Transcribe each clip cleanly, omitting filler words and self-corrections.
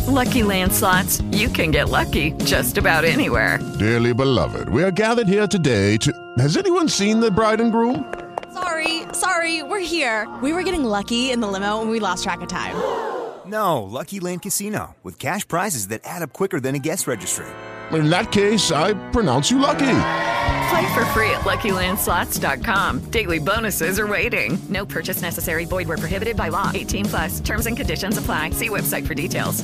Lucky Land Slots, you can get lucky just about anywhere. Dearly beloved, we are gathered here today to... Has anyone seen the bride and groom? Sorry, we're here. We were getting lucky in the limo and we lost track of time. No, Lucky Land Casino, with cash prizes that add up quicker than a guest registry. In that case, I pronounce you lucky. Play for free at LuckyLandSlots.com. Daily bonuses are waiting. No purchase necessary. Void where prohibited by law. 18+. Terms and conditions apply. See website for details.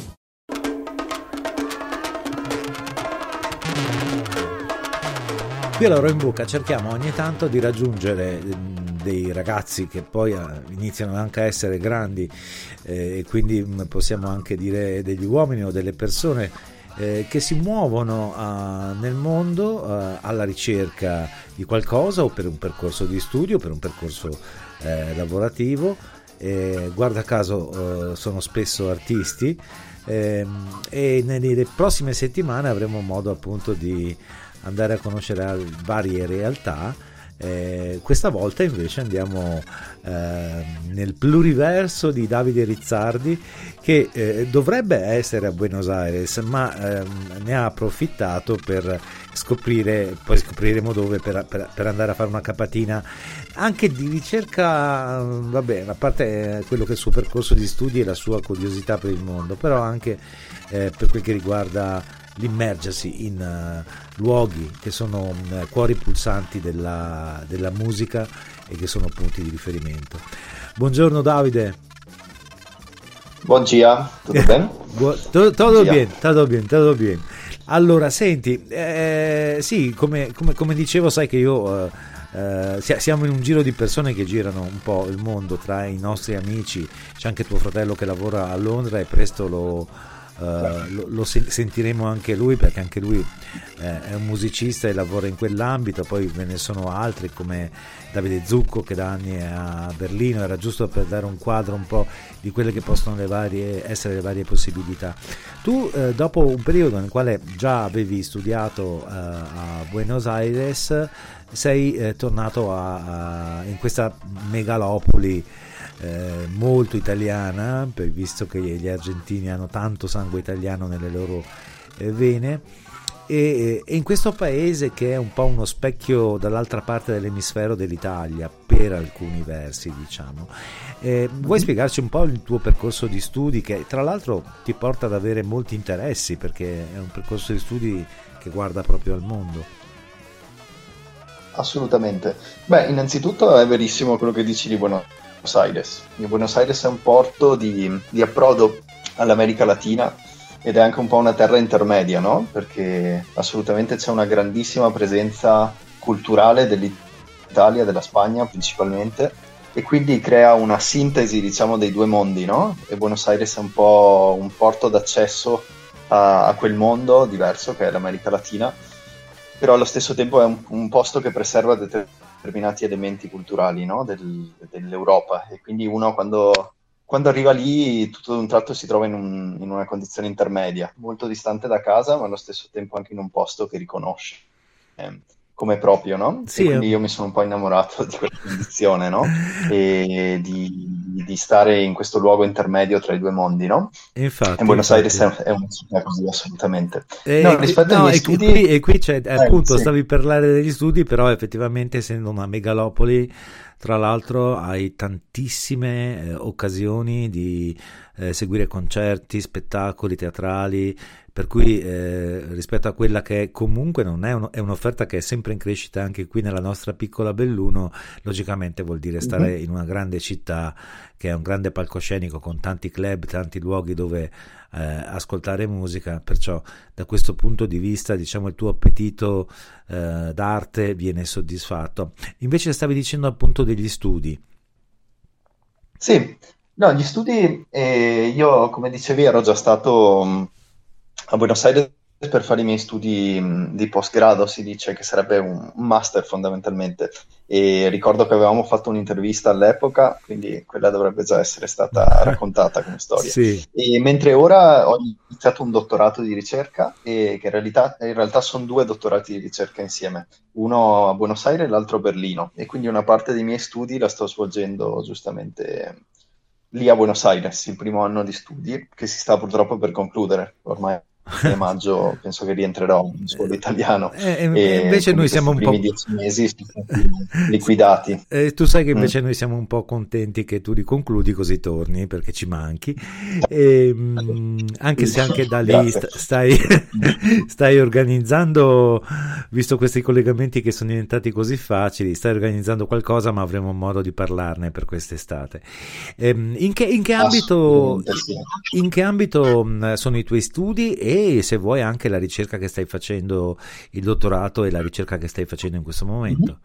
Qui a Loro in Buca cerchiamo ogni tanto di raggiungere dei ragazzi che poi iniziano anche a essere grandi, e quindi possiamo anche dire degli uomini o delle persone che si muovono nel mondo alla ricerca di qualcosa, o per un percorso di studio, per un percorso lavorativo. Guarda caso sono spesso artisti, e nelle prossime settimane avremo modo appunto di andare a conoscere varie realtà. Questa volta invece andiamo nel pluriverso di Davide Rizzardi, che dovrebbe essere a Buenos Aires, ma ne ha approfittato per scoprire, poi scopriremo dove, per andare a fare una capatina anche di ricerca, vabbè, a parte quello che è il suo percorso di studi e la sua curiosità per il mondo, però anche per quel che riguarda l'immergersi in luoghi che sono cuori pulsanti della musica e che sono punti di riferimento. Buongiorno Davide. Buongiorno, tutto bene? Tutto bene. Allora, senti, sì, come dicevo, sai che io siamo in un giro di persone che girano un po' il mondo tra i nostri amici. C'è anche tuo fratello che lavora a Londra e presto lo sentiremo anche lui, perché anche lui è un musicista e lavora in quell'ambito. Poi ve ne sono altri come Davide Zucco, che da anni è a Berlino. Era giusto per dare un quadro un po' di quelle che possono essere le varie possibilità. Tu dopo un periodo nel quale già avevi studiato a Buenos Aires, sei tornato in questa megalopoli molto italiana, visto che gli argentini hanno tanto sangue italiano nelle loro vene, e in questo paese che è un po' uno specchio dall'altra parte dell'emisfero dell'Italia per alcuni versi, diciamo. Vuoi spiegarci un po' il tuo percorso di studi, che tra l'altro ti porta ad avere molti interessi, perché è un percorso di studi che guarda proprio al mondo? Assolutamente. Beh, innanzitutto è verissimo quello che dici di Buenos Aires. Buenos Aires è un porto di approdo all'America Latina, ed è anche un po' una terra intermedia, no? Perché assolutamente c'è una grandissima presenza culturale dell'Italia, della Spagna principalmente, e quindi crea una sintesi, diciamo, dei due mondi, no? E Buenos Aires è un po' un porto d'accesso a quel mondo diverso che è l'America Latina, però allo stesso tempo è un posto che preserva determinati elementi culturali, no? dell'Europa, e quindi uno quando arriva lì tutto ad un tratto si trova in una condizione intermedia, molto distante da casa, ma allo stesso tempo anche in un posto che riconosce come proprio, no? Sì, e quindi io mi sono un po' innamorato di quella condizione, no? E di stare in questo luogo intermedio tra i due mondi, no? Infatti, e Buenos Aires è una città così, assolutamente. Rispetto ai miei studi... E qui c'è, appunto, sì. stavi per parlare degli studi, però effettivamente, essendo una megalopoli, tra l'altro hai tantissime occasioni di seguire concerti, spettacoli teatrali, per cui rispetto a quella che comunque non è un'offerta che è sempre in crescita anche qui nella nostra piccola Belluno, logicamente vuol dire stare in una grande città che è un grande palcoscenico con tanti club, tanti luoghi dove ascoltare musica, perciò da questo punto di vista, diciamo, il tuo appetito d'arte viene soddisfatto. Invece stavi dicendo appunto degli studi. Sì, no, gli studi, io come dicevi ero già stato a Buenos Aires per fare i miei studi di postgrado, si dice che sarebbe un master fondamentalmente, e ricordo che avevamo fatto un'intervista all'epoca, quindi quella dovrebbe già essere stata raccontata come storia. Sì. E mentre ora ho iniziato un dottorato di ricerca, e che in realtà sono due dottorati di ricerca insieme, uno a Buenos Aires e l'altro a Berlino, e quindi una parte dei miei studi la sto svolgendo giustamente lì a Buenos Aires, il primo anno di studi, che si sta purtroppo per concludere. Ormai a maggio penso che rientrerò in scuola italiano, e invece noi siamo un i primi po'... 10 mesi sono stati liquidati. Tu sai che invece noi siamo un po' contenti che tu li concludi così torni, perché ci manchi, anche se anche da lì stai organizzando, visto questi collegamenti che sono diventati così facili, stai organizzando qualcosa, ma avremo modo di parlarne per quest'estate. In che ambito sono i tuoi studi, e se vuoi anche la ricerca che stai facendo, il dottorato e la ricerca che stai facendo in questo momento?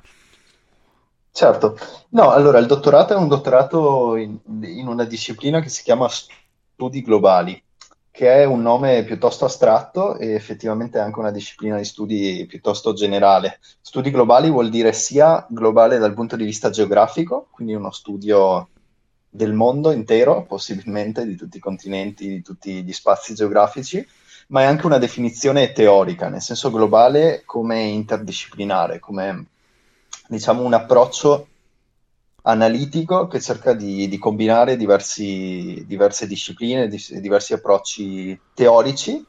Certo, no, allora il dottorato è un dottorato in una disciplina che si chiama studi globali, che è un nome piuttosto astratto e effettivamente è anche una disciplina di studi piuttosto generale. Studi globali vuol dire sia globale dal punto di vista geografico, quindi uno studio del mondo intero, possibilmente di tutti i continenti, di tutti gli spazi geografici, ma è anche una definizione teorica, nel senso globale come interdisciplinare, come diciamo un approccio analitico che cerca di combinare diverse discipline, diversi approcci teorici,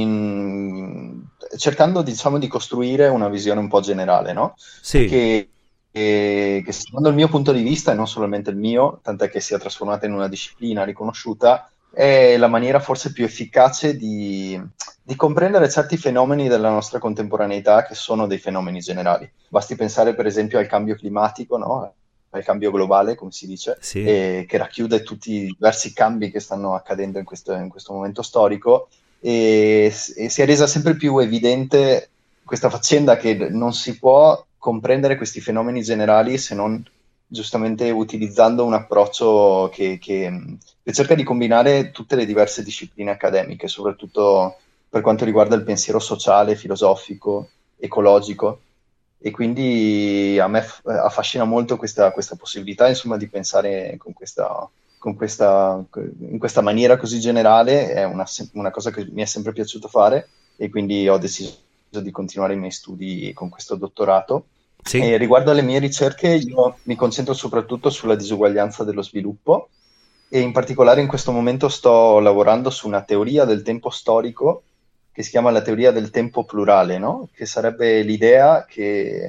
cercando diciamo di costruire una visione un po' generale, no? Sì. Che secondo il mio punto di vista, e non solamente il mio, tant'è che si è trasformata in una disciplina riconosciuta, è la maniera forse più efficace di comprendere certi fenomeni della nostra contemporaneità, che sono dei fenomeni generali. Basti pensare per esempio al cambio climatico, no? Al cambio globale, come si dice, Sì. Che racchiude tutti i diversi cambi che stanno accadendo in questo momento storico, e si è resa sempre più evidente questa faccenda che non si può comprendere questi fenomeni generali se non giustamente utilizzando un approccio che cerca di combinare tutte le diverse discipline accademiche, soprattutto per quanto riguarda il pensiero sociale, filosofico, ecologico. E quindi a me affascina molto questa possibilità, insomma, di pensare in questa maniera così generale. È una cosa che mi è sempre piaciuto fare, e quindi ho deciso di continuare i miei studi con questo dottorato. Sì. E riguardo alle mie ricerche, io mi concentro soprattutto sulla disuguaglianza dello sviluppo, e in particolare in questo momento sto lavorando su una teoria del tempo storico che si chiama la teoria del tempo plurale, no? Che sarebbe l'idea che,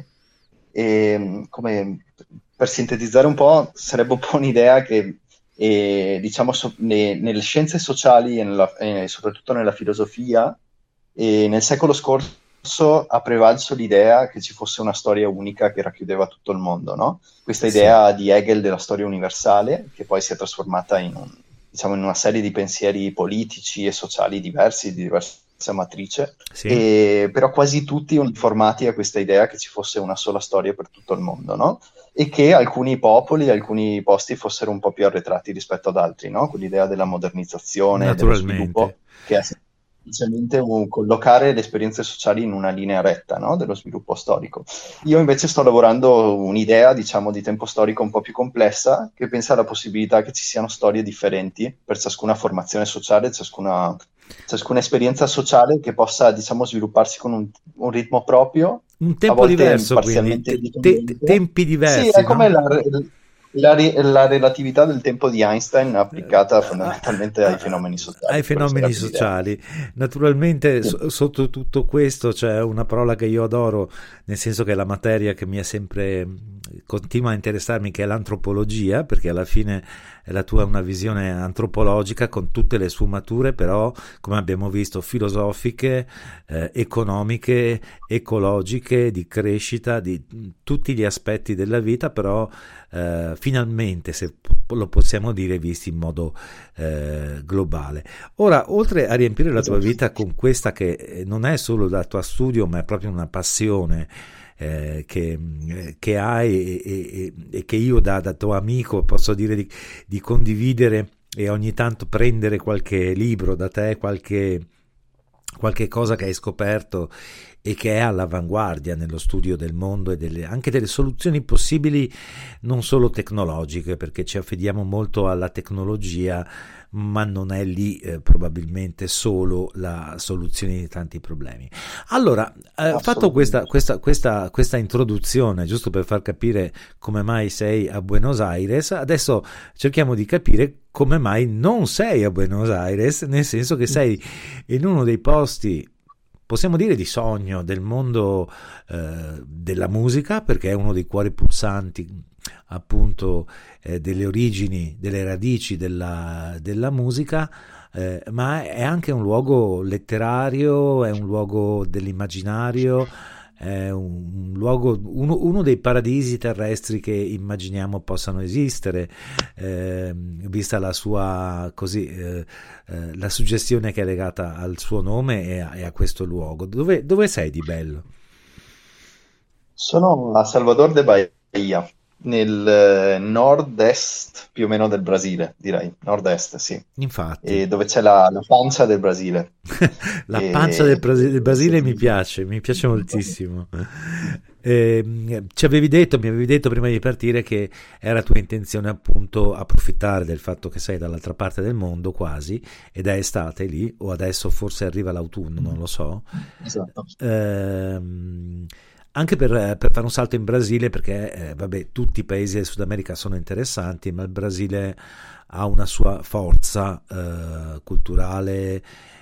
come per sintetizzare un po', sarebbe un po' un'idea che diciamo nelle scienze sociali e soprattutto nella filosofia, nel secolo scorso ha prevalso l'idea che ci fosse una storia unica che racchiudeva tutto il mondo, no? Questa idea di Hegel della storia universale, che poi si è trasformata in una serie di pensieri politici e sociali diversi, di diversa matrice, sì. Però quasi tutti uniformati a questa idea che ci fosse una sola storia per tutto il mondo, no? E che alcuni popoli, alcuni posti fossero un po' più arretrati rispetto ad altri, no? Quell'idea della modernizzazione, dello sviluppo, che è semplicemente collocare le esperienze sociali in una linea retta, no? Dello sviluppo storico. Io invece sto lavorando un'idea, diciamo, di tempo storico un po' più complessa, che pensa alla possibilità che ci siano storie differenti per ciascuna formazione sociale, ciascuna esperienza sociale, che possa, diciamo, svilupparsi con un ritmo proprio, un tempo diverso, quindi tempi diversi. Sì, è come la relatività del tempo di Einstein applicata fondamentalmente ai fenomeni sociali. Ai fenomeni sociali. Naturalmente sotto tutto questo c'è una parola che io adoro, nel senso che è la materia che mi è sempre continua a interessarmi, che è l'antropologia, perché alla fine la tua è una visione antropologica con tutte le sfumature, però come abbiamo visto filosofiche, economiche, ecologiche, di crescita, di tutti gli aspetti della vita, però finalmente, se lo possiamo dire, visti in modo globale. Ora, oltre a riempire la tua vita con questa che non è solo da tuo studio, ma è proprio una passione che hai e che io da tuo amico posso dire di condividere, e ogni tanto prendere qualche libro da te, qualche cosa che hai scoperto e che è all'avanguardia nello studio del mondo e anche delle soluzioni possibili, non solo tecnologiche, perché ci affidiamo molto alla tecnologia, ma non è lì probabilmente solo la soluzione di tanti problemi. Allora, fatto questa introduzione, giusto per far capire come mai sei a Buenos Aires, adesso cerchiamo di capire come mai non sei a Buenos Aires, nel senso che sei in uno dei posti, possiamo dire, di sogno del mondo della musica, perché è uno dei cuori pulsanti appunto delle origini, delle radici della musica, ma è anche un luogo letterario, è un luogo dell'immaginario, è un luogo, uno dei paradisi terrestri che immaginiamo possano esistere, vista la sua la suggestione che è legata al suo nome e a questo luogo. Dove sei di bello? Sono a Salvador de Bahia, nel nord-est più o meno del Brasile, direi. Nord-est, sì. Infatti. E dove c'è la pancia del Brasile. La pancia del Brasile sì. mi piace moltissimo. Mi avevi detto prima di partire che era tua intenzione appunto approfittare del fatto che sei dall'altra parte del mondo quasi, ed è estate lì, o adesso forse arriva l'autunno, non lo so. Esatto. Anche per fare un salto in Brasile, perché vabbè, tutti i paesi del Sud America sono interessanti, ma il Brasile ha una sua forza culturale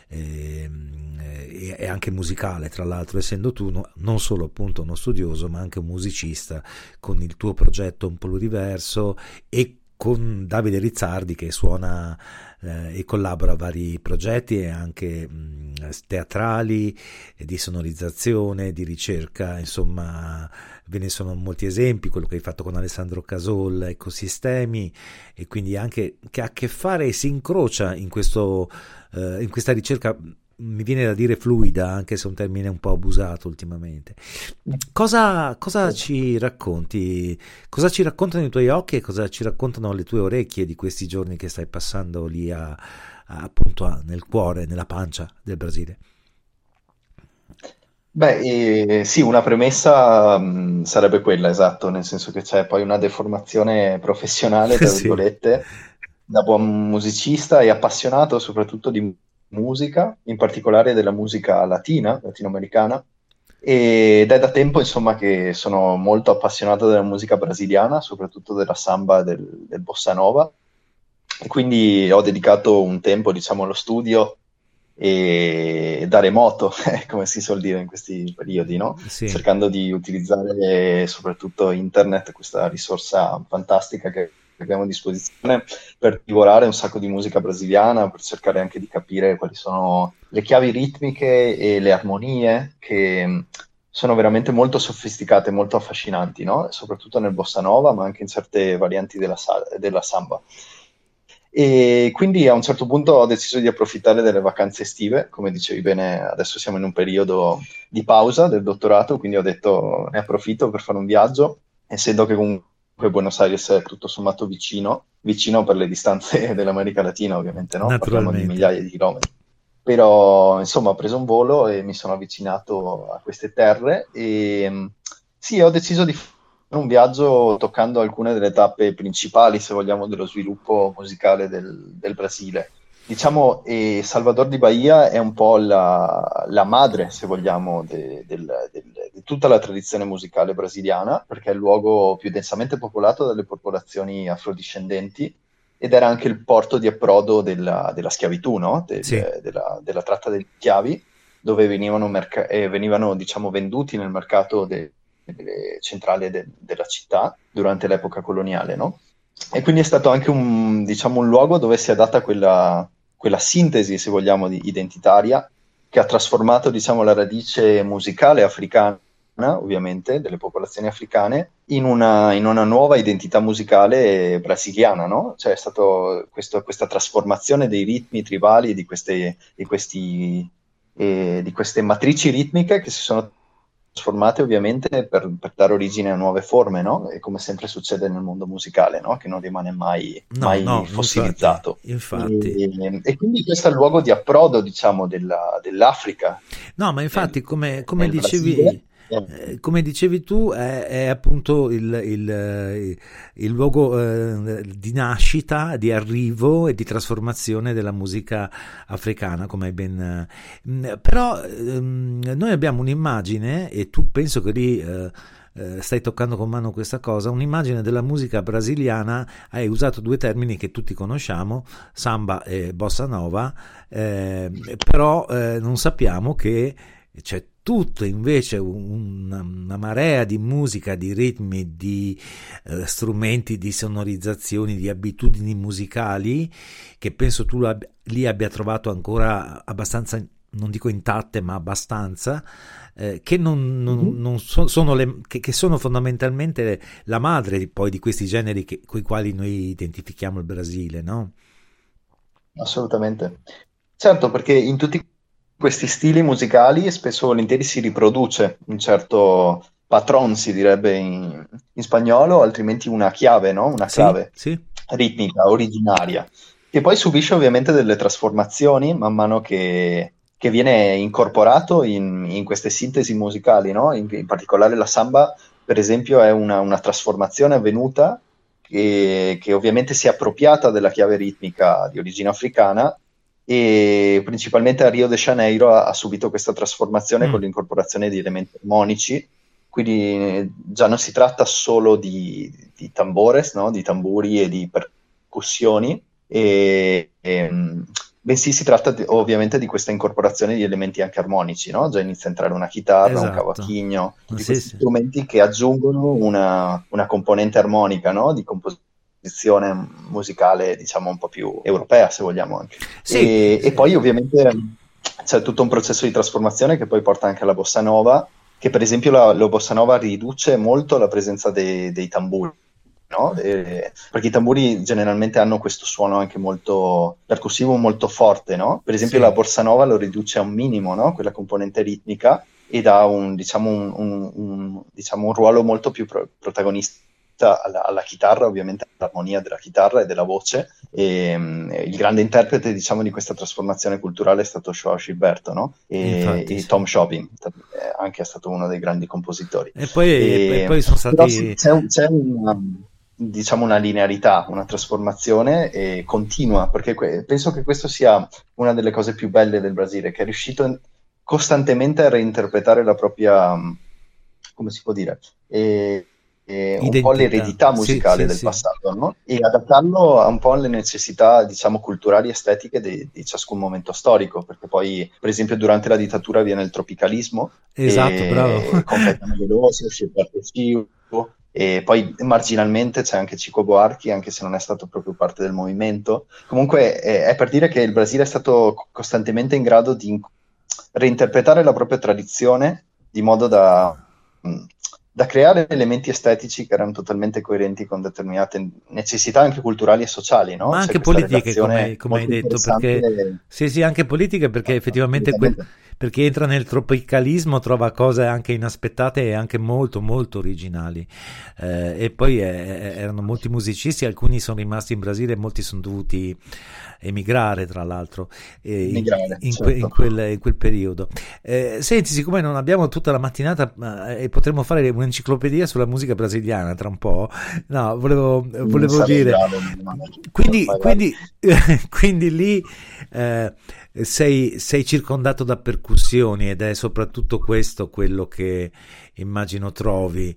e anche musicale, tra l'altro, essendo tu non solo appunto uno studioso ma anche un musicista, con il tuo progetto un po' pluriverso, e con Davide Rizzardi che suona e collabora a vari progetti e anche teatrali, di sonorizzazione, di ricerca, insomma ve ne sono molti esempi, quello che hai fatto con Alessandro Casol, Ecosistemi, e quindi anche che ha a che fare e si incrocia in questa ricerca, mi viene da dire fluida, anche se è un termine un po' abusato ultimamente. Cosa ci racconti? Cosa ci raccontano i tuoi occhi e cosa ci raccontano le tue orecchie di questi giorni che stai passando lì appunto nel cuore, nella pancia del Brasile? Beh, sì, una premessa sarebbe quella, esatto, nel senso che c'è poi una deformazione professionale, tra Sì. virgolette, da buon musicista e appassionato soprattutto di musica, in particolare della musica latina, latinoamericana, ed è da tempo, insomma, che sono molto appassionato della musica brasiliana, soprattutto della samba e del bossa nova, e quindi ho dedicato un tempo, diciamo, allo studio e da remoto, come si suol dire in questi periodi, no? Sì. Cercando di utilizzare soprattutto internet, questa risorsa fantastica che abbiamo a disposizione, per divorare un sacco di musica brasiliana, per cercare anche di capire quali sono le chiavi ritmiche e le armonie che sono veramente molto sofisticate, molto affascinanti, no? Soprattutto nel bossa nova, ma anche in certe varianti della samba. E quindi a un certo punto ho deciso di approfittare delle vacanze estive, come dicevi bene, adesso siamo in un periodo di pausa del dottorato, quindi ho detto ne approfitto per fare un viaggio, essendo che comunque Buenos Aires è tutto sommato vicino per le distanze dell'America Latina, ovviamente, no? Parliamo di migliaia di chilometri. Però insomma ho preso un volo e mi sono avvicinato a queste terre e sì, ho deciso di fare un viaggio toccando alcune delle tappe principali, se vogliamo, dello sviluppo musicale del Brasile. Diciamo, Salvador di Bahia è un po' la madre, se vogliamo, di tutta la tradizione musicale brasiliana, perché è il luogo più densamente popolato dalle popolazioni afrodiscendenti ed era anche il porto di approdo della schiavitù, no? Sì. Della tratta degli schiavi, dove venivano diciamo, venduti nel mercato centrale della città durante l'epoca coloniale, no? E quindi è stato anche un luogo dove si è data quella sintesi, se vogliamo, identitaria, che ha trasformato, diciamo, la radice musicale africana, ovviamente, delle popolazioni africane, in una nuova identità musicale brasiliana, no? Cioè è stato questa trasformazione dei ritmi tribali, di queste matrici ritmiche che si sono trasformate ovviamente per dare origine a nuove forme, no? E come sempre succede nel mondo musicale, no? Che non rimane mai fossilizzato. Infatti. E quindi questo è il luogo di approdo, diciamo, dell'Africa. No, ma infatti, come dicevi tu, è appunto il luogo di nascita, di arrivo e di trasformazione della musica africana, come hai ben... Però noi abbiamo un'immagine, e tu penso che lì stai toccando con mano questa cosa, un'immagine della musica brasiliana. Hai usato due termini che tutti conosciamo, samba e bossa nova, però non sappiamo che c'è tutto invece una marea di musica, di ritmi, di strumenti, di sonorizzazioni, di abitudini musicali che penso tu lì abbia trovato ancora abbastanza, non dico intatte, ma abbastanza, che non sono che sono fondamentalmente la madre poi di questi generi con i quali noi identifichiamo il Brasile, no? Assolutamente. Certo, perché in tutti questi stili musicali spesso e volentieri si riproduce un certo patron, si direbbe in spagnolo, altrimenti una chiave, no? Una Sì, clave sì, ritmica, originaria, che poi subisce ovviamente delle trasformazioni man mano che viene incorporato in queste sintesi musicali, no? In particolare la samba, per esempio, è una trasformazione avvenuta che ovviamente si è appropriata della chiave ritmica di origine africana e principalmente a Rio de Janeiro ha subito questa trasformazione con l'incorporazione di elementi armonici, quindi già non si tratta solo di tambores, no? Di tamburi e di percussioni, bensì si tratta ovviamente di questa incorporazione di elementi anche armonici, no? Già inizia a entrare una chitarra, un esatto. cavaquinho, tutti Sì, questi sì. strumenti che aggiungono una componente armonica, no? Di composizione musicale, diciamo, un po' più europea, se vogliamo anche. Sì, E poi ovviamente c'è tutto un processo di trasformazione che poi porta anche alla bossa nova, che per esempio la bossa nova riduce molto la presenza dei tamburi, no? Perché i tamburi generalmente hanno questo suono anche molto percussivo, molto forte, no? Per esempio sì. la bossa nova lo riduce a un minimo, no? Quella componente ritmica, e dà diciamo, un ruolo molto più protagonista alla chitarra, ovviamente all'armonia della chitarra e della voce. Il grande interprete, diciamo, di questa trasformazione culturale è stato Joao Gilberto, no? Infatti, E sì. Tom Jobim anche è stato uno dei grandi compositori. E poi sono Però sì, stati. c'è diciamo una linearità, una trasformazione continua, perché penso che questo sia una delle cose più belle del Brasile, che è riuscito costantemente a reinterpretare la propria, come si può dire, un po' Identità. l'eredità Sì, musicale sì, del sì. passato, no? E adattarlo un po' alle necessità, diciamo, culturali e estetiche di ciascun momento storico, perché poi, per esempio, durante la dittatura viene il tropicalismo, Esatto, bravo. con Caetano Veloso, Gilberto Gil, e poi marginalmente c'è anche Chico Buarque, anche se non è stato proprio parte del movimento. Comunque è per dire che il Brasile è stato costantemente in grado di reinterpretare la propria tradizione di modo da creare elementi estetici che erano totalmente coerenti con determinate necessità anche culturali e sociali, no? Ma C'è anche questa politiche, come relazione hai molto detto, interessante. perché sì, anche politiche, perché effettivamente Assolutamente. perché entra nel tropicalismo, trova cose anche inaspettate e anche molto molto originali. E poi erano molti musicisti, alcuni sono rimasti in Brasile, molti sono dovuti emigrare, tra l'altro, Migrare, in certo. quel periodo. Senti, siccome non abbiamo tutta la mattinata e potremmo fare un'enciclopedia sulla musica brasiliana tra un po', no, volevo Non sarei in dire, grado, quindi, vai. quindi, quindi lì sei circondato da percussioni ed è soprattutto questo quello che immagino trovi.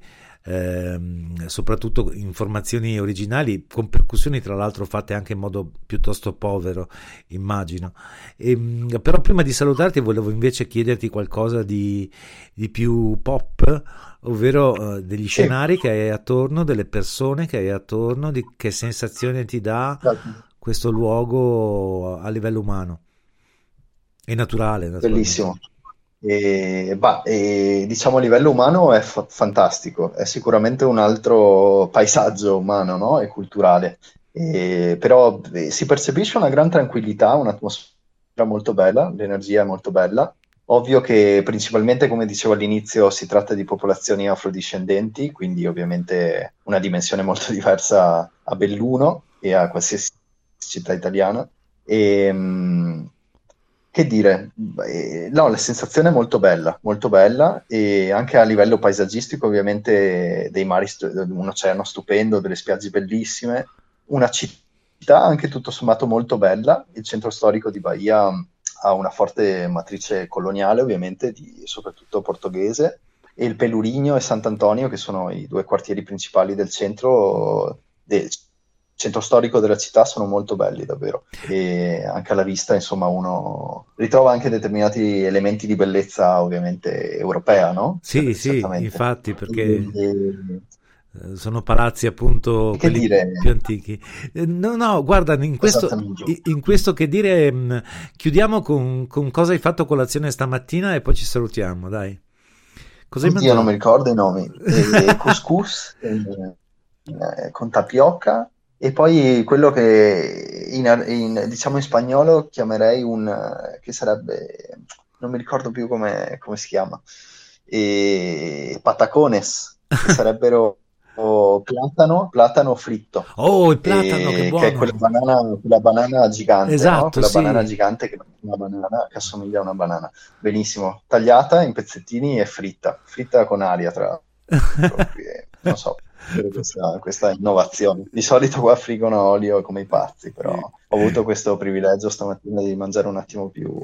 Soprattutto informazioni originali con percussioni tra l'altro fatte anche in modo piuttosto povero, immagino. Però prima di salutarti volevo invece chiederti qualcosa di più pop, ovvero degli Sì, scenari che hai attorno, delle persone che hai attorno, di che sensazione ti dà certo. questo luogo a livello umano e naturale, naturalmente. Bellissimo. Diciamo a livello umano è fantastico, è sicuramente un altro paesaggio umano, no? E culturale. Però si percepisce una gran tranquillità, un'atmosfera molto bella, l'energia è molto bella. Ovvio che principalmente, come dicevo all'inizio, si tratta di popolazioni afrodiscendenti, quindi ovviamente una dimensione molto diversa a Belluno e a qualsiasi città italiana. Che dire, no, la sensazione è molto bella, e anche a livello paesaggistico ovviamente dei mari, un oceano stupendo, delle spiagge bellissime, una città anche tutto sommato molto bella. Il centro storico di Bahia ha una forte matrice coloniale ovviamente, soprattutto portoghese, e il Pelourinho e Sant'Antonio, che sono i due quartieri principali del centro storico della città, sono molto belli davvero, e anche alla vista insomma uno ritrova anche determinati elementi di bellezza ovviamente europea, no? Sì, infatti, perché sono palazzi appunto quelli più antichi. No, guarda, in questo che dire, chiudiamo con cosa hai fatto colazione stamattina e poi ci salutiamo, dai. Cosa hai mangiato? Io non mi ricordo i nomi. Couscous con tapioca, e poi quello che diciamo in spagnolo chiamerei che sarebbe, non mi ricordo più come si chiama, patacones, che sarebbero platano fritto. Oh, il platano, che buono! Che è quella banana gigante, esatto, no? Quella sì. banana gigante che è una banana che assomiglia a una banana. Benissimo, tagliata in pezzettini e fritta con aria tra l'altro. Non so, questa innovazione. Di solito qua friggono olio come i pazzi, però ho avuto questo privilegio stamattina di mangiare un attimo più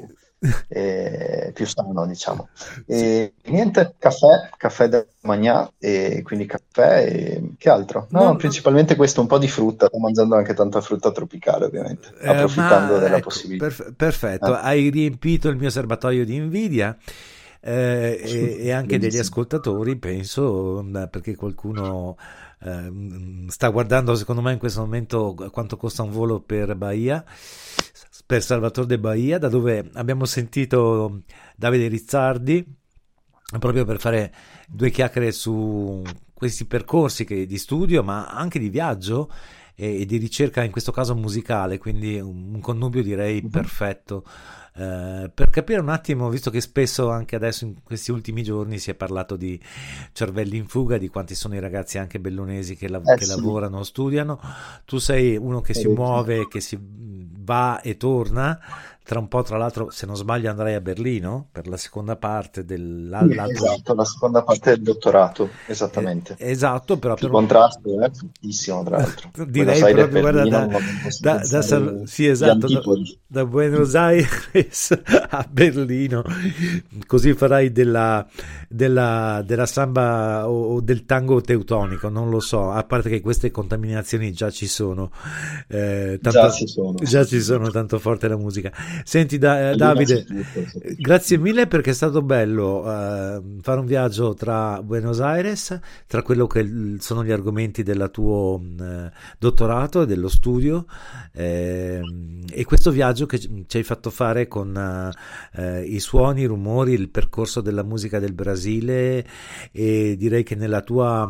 sano, diciamo. E niente, caffè da Magnà, e quindi caffè e che altro? No, principalmente questo, un po' di frutta. Sto mangiando anche tanta frutta tropicale, ovviamente, approfittando della possibilità. Perfetto, hai riempito il mio serbatoio di invidia. E anche degli ascoltatori, penso, perché qualcuno sta guardando, secondo me in questo momento, quanto costa un volo per Salvador de Bahia, da dove abbiamo sentito Davide Rizzardi, proprio per fare due chiacchiere su questi percorsi di studio, ma anche di viaggio e di ricerca, in questo caso musicale, quindi un connubio direi perfetto. Per capire un attimo, visto che spesso anche adesso in questi ultimi giorni si è parlato di cervelli in fuga, di quanti sono i ragazzi anche bellunesi che lavorano, studiano, tu sei uno che si muove, che si va e torna. Tra un po', tra l'altro, se non sbaglio, andrai a Berlino per la seconda parte esatto, la seconda parte del dottorato, esattamente. Esatto, però il contrasto è fortissimo, tra l'altro. Direi proprio, guarda, da Buenos Aires a Berlino, così farai della samba o del tango teutonico, non lo so, a parte che queste contaminazioni già ci sono, già ci sono, tanto forte la musica. Senti, Davide, grazie mille, perché è stato bello fare un viaggio tra Buenos Aires, tra quello che sono gli argomenti del tuo dottorato e dello studio, e questo viaggio che ci hai fatto fare con i suoni, i rumori, il percorso della musica del Brasile, e direi che nella tua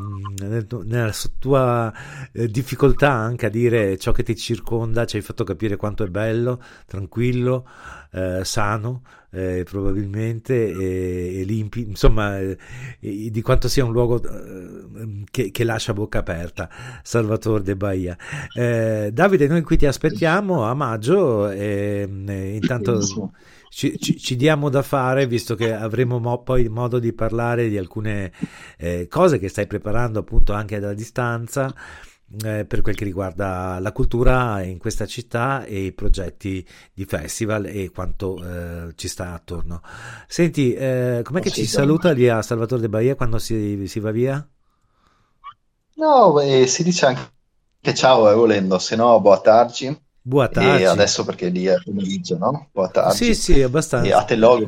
difficoltà anche a dire ciò che ti circonda ci hai fatto capire quanto è bello, tranquillo, sano, probabilmente, e limpido, insomma, di quanto sia un luogo che lascia bocca aperta, Salvador de Bahia. Davide, noi qui ti aspettiamo a maggio, e intanto ci diamo da fare, visto che avremo poi modo di parlare di alcune cose che stai preparando appunto anche da distanza, per quel che riguarda la cultura in questa città e i progetti di festival e quanto ci sta attorno. Senti, com'è che ci saluta lì a Salvador de Bahia quando si va via? No, si dice anche ciao, volendo, se no buona tardi. Buona tardi. E adesso perché lì è pomeriggio, no? Buona tardi. Sì, abbastanza. E a te logo.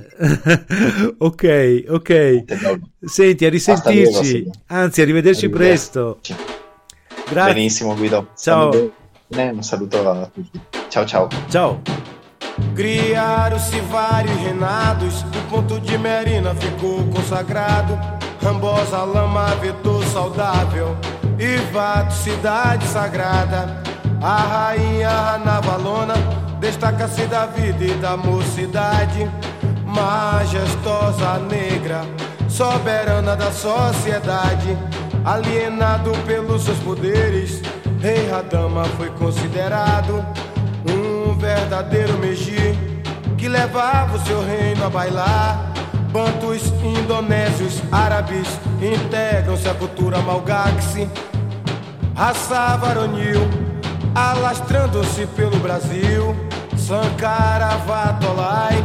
Ok. Senti, a risentirci, anzi, arrivederci presto. Grazie. Benissimo, Guido. Ciao. Un saluto a tutti. Ciao. Criaram-se vários reinados, o ponto de Merina ficou consagrado. Rambosa, lama, vetor saudável, e Vato, cidade sagrada. A rainha Navalona destaca-se da vida e da mocidade. Majestosa negra, soberana da sociedade. Alienado pelos seus poderes, Rei Radama foi considerado verdadeiro Meji, que levava o seu reino a bailar. Bantus, indonésios, árabes integram-se à cultura malgaxe. Raça varonil, alastrando-se pelo Brasil. Sankara Vatolai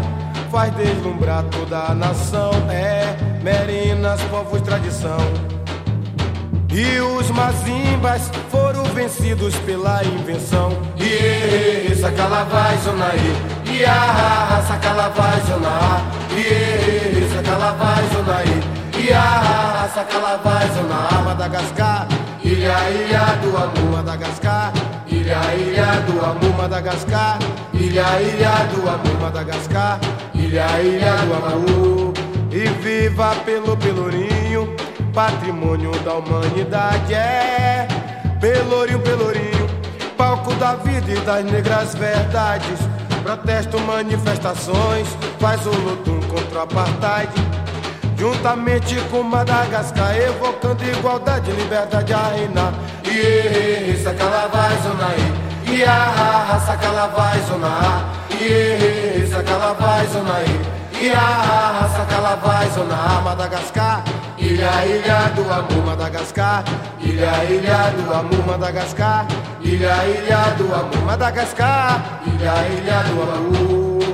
faz deslumbrar toda a nação. É, Merinas, povos tradição. E os mazimbas foram vencidos pela invenção. Iê, sacalavai, zonaí. Iá, sacalavai, zonaá. Iê, sacalavai, zonaí. Iá, sacalavai, zonaá. Madagascar, ilha, ilha do amor. Madagascar, ilha, ilha do amor. Madagascar, ilha, ilha do amor. Madagascar, ilha, ilha do amor. E viva pelo Pelourinho, patrimônio da humanidade. É Pelourinho, Pelourinho, palco da vida e das negras verdades. Protesto, manifestações, faz o luto contra o apartheid. Juntamente com Madagascar, evocando igualdade e liberdade a reinar. Iê, sacalavai, zonaí. Iá, sacalavai, zonaá. Iê, sacalavai, zonaí. Iá, sacalavai, zonaá. Madagascar, ilha, ilha do amor. Madagascar, ilha, ilha do amor. Madagascar, ilha, ilha do amor. Madagascar, ilha, ilha do amor.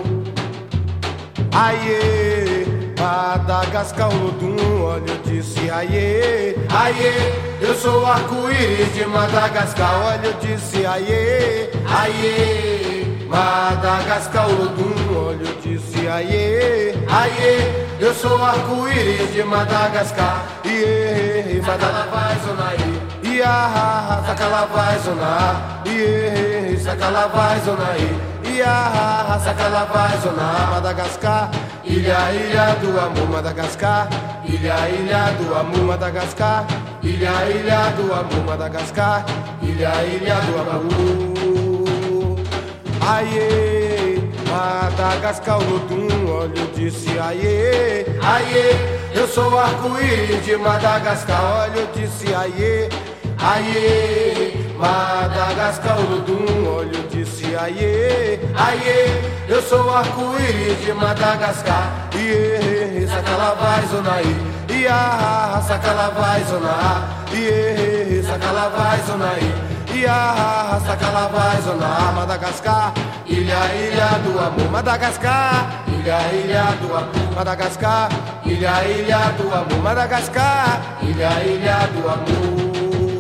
Aie, Madagascar, Olodum, olha eu disse aie, aie, eu sou o arco-íris de Madagascar, olha eu disse aie, aie, Madagascar, Olodum, olha eu disse aie, aie, eu sou o arco-íris de Madagascar, iê, sacalavai, zonaí, iá, sacalavai, zonaá, iê, sacalavai, zonaí, iá, sacalavai, zonaá, Madagascar, ilha, ilha do amor. Madagascar, ilha, ilha do amor. Madagascar, ilha, ilha do amor. Madagascar, ilha, ilha do amor. Aie, Madagascar, Olodum, olha eu disse aie, aie, eu sou o arco-íris de Madagascar, olha eu disse aie, aie, Madagascar, Olodum, olha eu disse aie, aie, eu sou o arco-íris de Madagascar. Iê, sacalavai, zonaí. Iá, sacalavai, zonaá. Iê, sacalavai, zonaí. Iá, sacalavai, zonaá. Madagascar, ilha, ilha do amor. Madagascar, ilha, ilha do amor. Madagascar, ilha, ilha do amor. Madagascar, ilha, ilha do amor.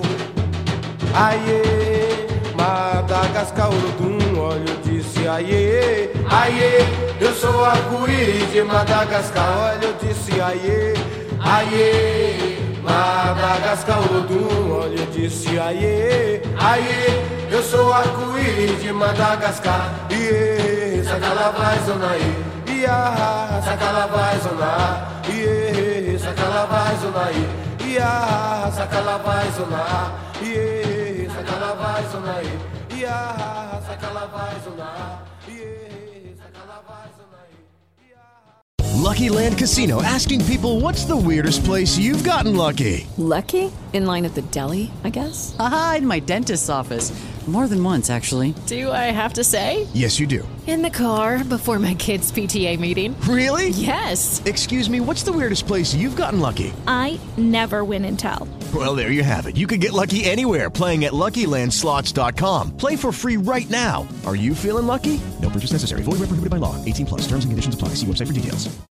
Aie, Madagascar, Olodum, olha eu disse aie, aie, eu sou o arco-íris de Madagascar, olha eu disse aie, aie, Madagascar, Olodum, olha eu disse aie, aie, eu sou o arco-íris de Madagascar. Iê, sacalavai, zonaí. Iá, sacalavai, zonaá. Iê, sacalavai, zonaí. Iá, sacalavai, zonaá. Iê, sacalavai, zonaí. Iá, sacalavai, zonaá. Iê, sacalavai, zonaí. Lucky Land Casino, asking people, what's the weirdest place you've gotten lucky? Lucky? In line at the deli, I guess? Aha, in my dentist's office. More than once, actually. Do I have to say? Yes, you do. In the car before my kids' PTA meeting. Really? Yes. Excuse me, what's the weirdest place you've gotten lucky? I never win and tell. Well, there you have it. You can get lucky anywhere, playing at LuckyLandSlots.com. Play for free right now. Are you feeling lucky? No purchase necessary. Void where prohibited by law. 18+. Terms and conditions apply. See website for details.